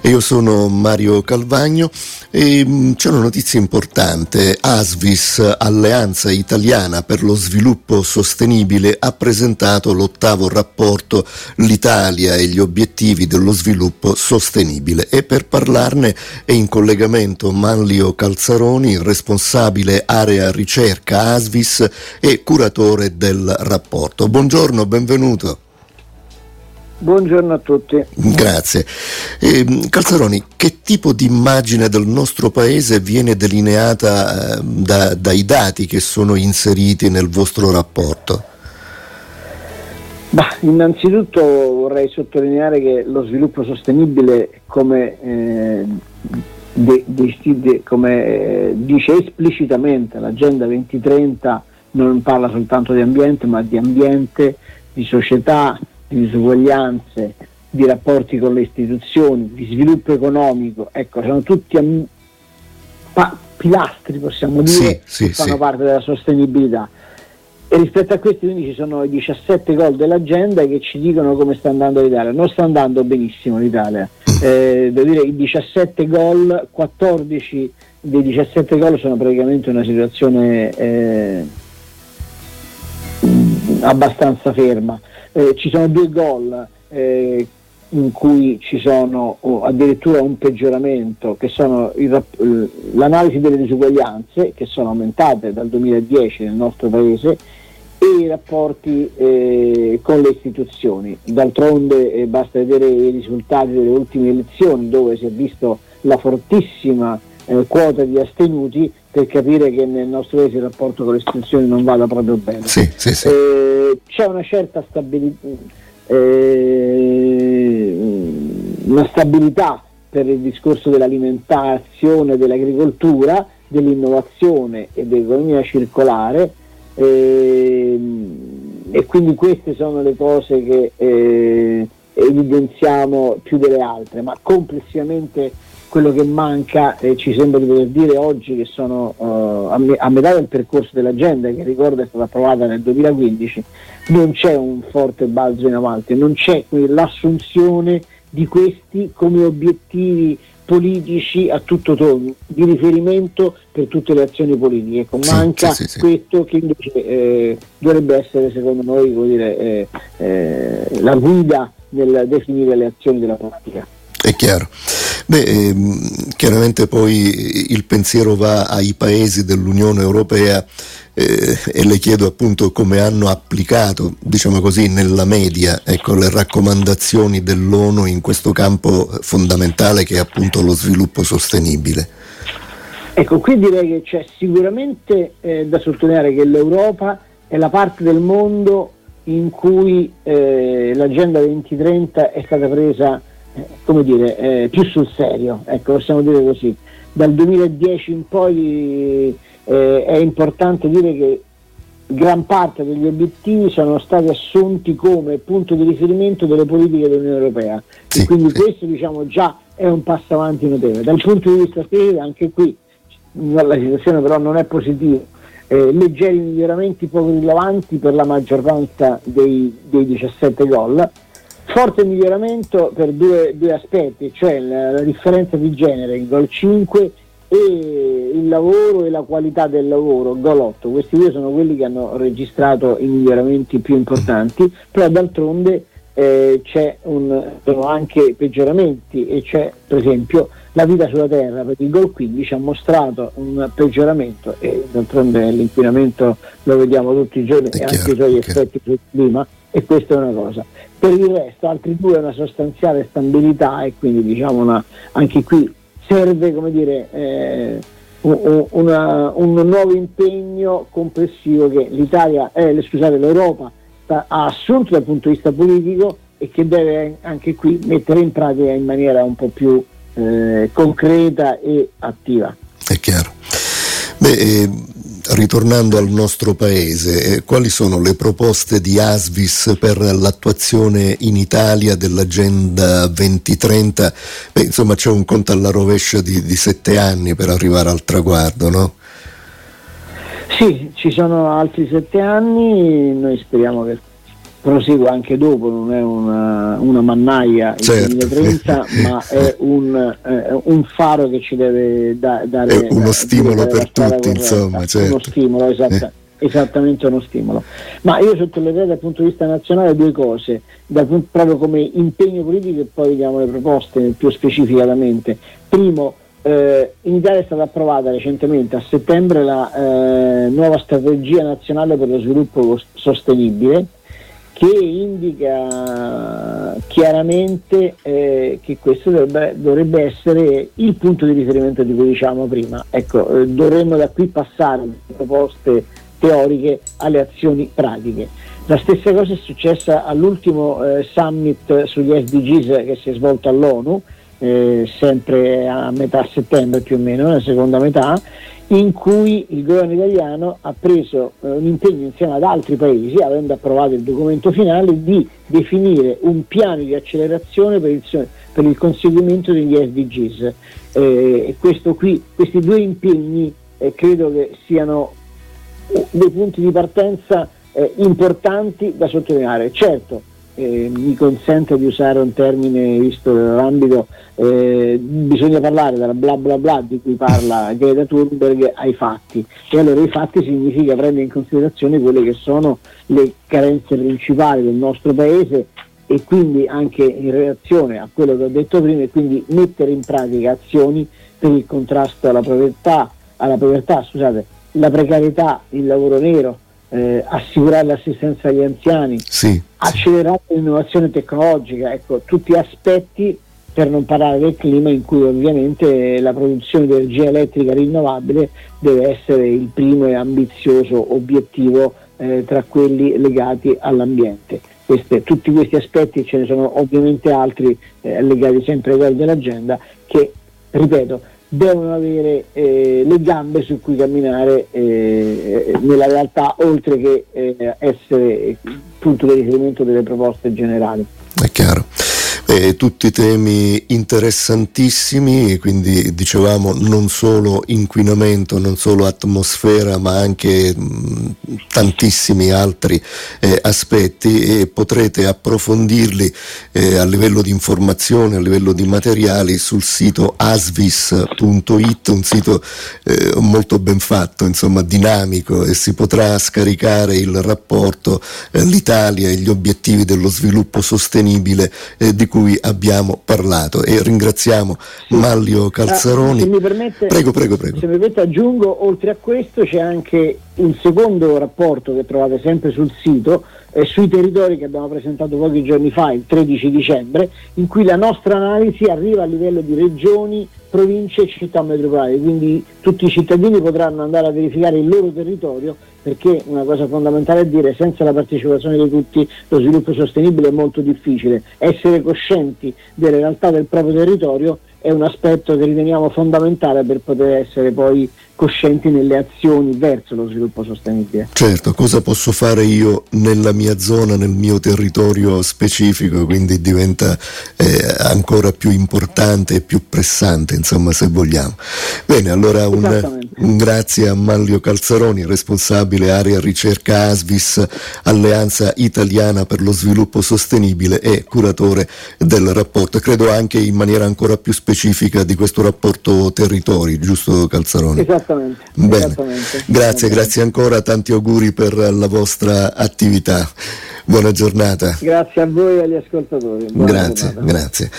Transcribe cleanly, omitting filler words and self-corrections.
E io sono Mario Calvagno e c'è una notizia importante. ASVIS, Alleanza Italiana per lo Sviluppo Sostenibile, ha presentato l'8º rapporto L'Italia e gli obiettivi dello sviluppo sostenibile, e per parlarne è in collegamento Manlio Calzaroni, responsabile area ricerca ASVIS e curatore del rapporto. Buongiorno, benvenuto. Buongiorno a tutti. Grazie. Calzaroni, che tipo di immagine del nostro paese viene delineata dai dati che sono inseriti nel vostro rapporto? Innanzitutto vorrei sottolineare che lo sviluppo sostenibile, come dice esplicitamente l'Agenda 2030, non parla soltanto di ambiente, ma di ambiente, di società, di disuguaglianze, di rapporti con le istituzioni, di sviluppo economico. Ecco, sono tutti pilastri, possiamo dire, che fanno parte della sostenibilità. E rispetto a questi quindi ci sono i 17 goal dell'agenda che ci dicono come sta andando l'Italia. Non sta andando benissimo l'Italia. Devo dire, i 17 goal, 14 dei 17 goal sono praticamente una situazione abbastanza ferma. Ci sono 2 goal in cui ci sono addirittura un peggioramento, che sono l'analisi delle disuguaglianze, che sono aumentate dal 2010 nel nostro paese, e i rapporti con le istituzioni. D'altronde basta vedere i risultati delle ultime elezioni, dove si è visto la fortissima quota di astenuti, per capire che nel nostro paese il rapporto con le istituzioni non vada proprio bene. C'è una certa una stabilità per il discorso dell'alimentazione, dell'agricoltura, dell'innovazione e dell'economia circolare, e quindi queste sono le cose che evidenziamo più delle altre, ma complessivamente quello che manca, ci sembra di poter dire oggi, che sono a metà del percorso dell'agenda, che ricordo è stata approvata nel 2015, non c'è un forte balzo in avanti, non c'è l'assunzione di questi come obiettivi politici a tutto tondo, di riferimento per tutte le azioni politiche. Ecco, manca questo, che invece dovrebbe essere, secondo noi, come dire, la guida nel definire le azioni della politica. È chiaro. Chiaramente poi il pensiero va ai paesi dell'Unione Europea, e le chiedo appunto come hanno applicato, diciamo così, nella media, ecco, le raccomandazioni dell'ONU in questo campo fondamentale che è appunto lo sviluppo sostenibile. Ecco, qui direi che c'è sicuramente da sottolineare che l'Europa è la parte del mondo in cui l'Agenda 2030 è stata presa più sul serio, ecco, possiamo dire così. Dal 2010 in poi è importante dire che gran parte degli obiettivi sono stati assunti come punto di riferimento delle politiche dell'Unione Europea, e quindi questo, diciamo, già è un passo avanti notevole. Dal punto di vista specifico, anche qui la situazione però non è positiva, leggeri miglioramenti poco rilevanti per la maggioranza dei 17 goal. Forte miglioramento per due aspetti, cioè la differenza di genere, il goal 5, e il lavoro e la qualità del lavoro, goal 8. Questi due sono quelli che hanno registrato i miglioramenti più importanti, però d'altronde sono anche peggioramenti, e c'è per esempio la vita sulla terra, perché il goal 15 ha mostrato un peggioramento, e d'altronde l'inquinamento lo vediamo tutti i giorni, e anche i suoi effetti sul clima, e questa è una cosa. Per il resto altri due una sostanziale stabilità, e quindi diciamo anche qui serve, come dire, un nuovo impegno complessivo che l'Europa ha assunto dal punto di vista politico, e che deve anche qui mettere in pratica in maniera un po' più concreta e attiva. È chiaro. Ritornando al nostro paese, quali sono le proposte di ASVIS per l'attuazione in Italia dell'Agenda 2030? Insomma, c'è un conto alla rovescia di 7 anni per arrivare al traguardo, no? Sì, ci sono altri 7 anni, noi speriamo che prosegue anche dopo, non è una mannaia il certo. 2030, ma è un faro che ci deve dare uno stimolo per tutti, insomma, certo. Uno stimolo, esattamente uno stimolo. Ma io sottolineerei dal punto di vista nazionale due cose, proprio come impegno politico, e poi vediamo le proposte più specificatamente. Primo, in Italia è stata approvata recentemente a settembre la nuova strategia nazionale per lo sviluppo sostenibile, che indica chiaramente che questo dovrebbe essere il punto di riferimento di cui diciamo prima. Ecco, dovremmo da qui passare dalle proposte teoriche alle azioni pratiche. La stessa cosa è successa all'ultimo summit sugli SDGs che si è svolto all'ONU, sempre a metà settembre più o meno, nella seconda metà, in cui il governo italiano ha preso un impegno insieme ad altri paesi, avendo approvato il documento finale, di definire un piano di accelerazione per il conseguimento degli SDGs. Questi due impegni credo che siano dei punti di partenza importanti da sottolineare. Certo, mi consente di usare un termine visto l'ambito, bisogna parlare dalla bla bla bla di cui parla Greta Thunberg ai fatti, e allora i fatti significa prendere in considerazione quelle che sono le carenze principali del nostro paese, e quindi anche in relazione a quello che ho detto prima, e quindi mettere in pratica azioni per il contrasto alla povertà, la precarietà, il lavoro nero, assicurare l'assistenza agli anziani, sì, accelerare l'innovazione tecnologica, ecco, tutti aspetti, per non parlare del clima, in cui ovviamente la produzione di energia elettrica rinnovabile deve essere il primo e ambizioso obiettivo tra quelli legati all'ambiente. Tutti questi aspetti, ce ne sono ovviamente altri legati sempre ai valori dell'agenda, che, ripeto, devono avere le gambe su cui camminare nella realtà, oltre che essere punto di riferimento delle proposte generali. È chiaro. Tutti temi interessantissimi, quindi dicevamo non solo inquinamento, non solo atmosfera, ma anche tantissimi altri aspetti, e potrete approfondirli a livello di informazione, a livello di materiali sul sito asvis.it, un sito molto ben fatto, insomma dinamico, e si potrà scaricare il rapporto l'Italia e gli obiettivi dello sviluppo sostenibile di cui abbiamo parlato, e ringraziamo Manlio Calzaroni. Se mi permette, prego. Se mi permette, aggiungo, oltre a questo c'è anche un secondo rapporto che trovate sempre sul sito, sui territori, che abbiamo presentato pochi giorni fa, il 13 dicembre, in cui la nostra analisi arriva a livello di regioni, province e città metropolari, quindi tutti i cittadini potranno andare a verificare il loro territorio, perché una cosa fondamentale è dire: senza la partecipazione di tutti lo sviluppo sostenibile è molto difficile. Essere coscienti delle realtà del proprio territorio è un aspetto che riteniamo fondamentale per poter essere poi coscienti nelle azioni verso lo sviluppo sostenibile. Certo, cosa posso fare io nella mia zona, nel mio territorio specifico, quindi diventa ancora più importante e più pressante, insomma, se vogliamo. Bene, allora un grazie a Manlio Calzaroni, responsabile area ricerca ASVIS, Alleanza Italiana per lo Sviluppo Sostenibile, e curatore del rapporto, credo anche in maniera ancora più specifica di questo rapporto territori, giusto Calzaroni? Esattamente. Bene. Grazie ancora, tanti auguri per la vostra attività. Buona giornata. Grazie a voi e agli ascoltatori. Buona giornata. Grazie.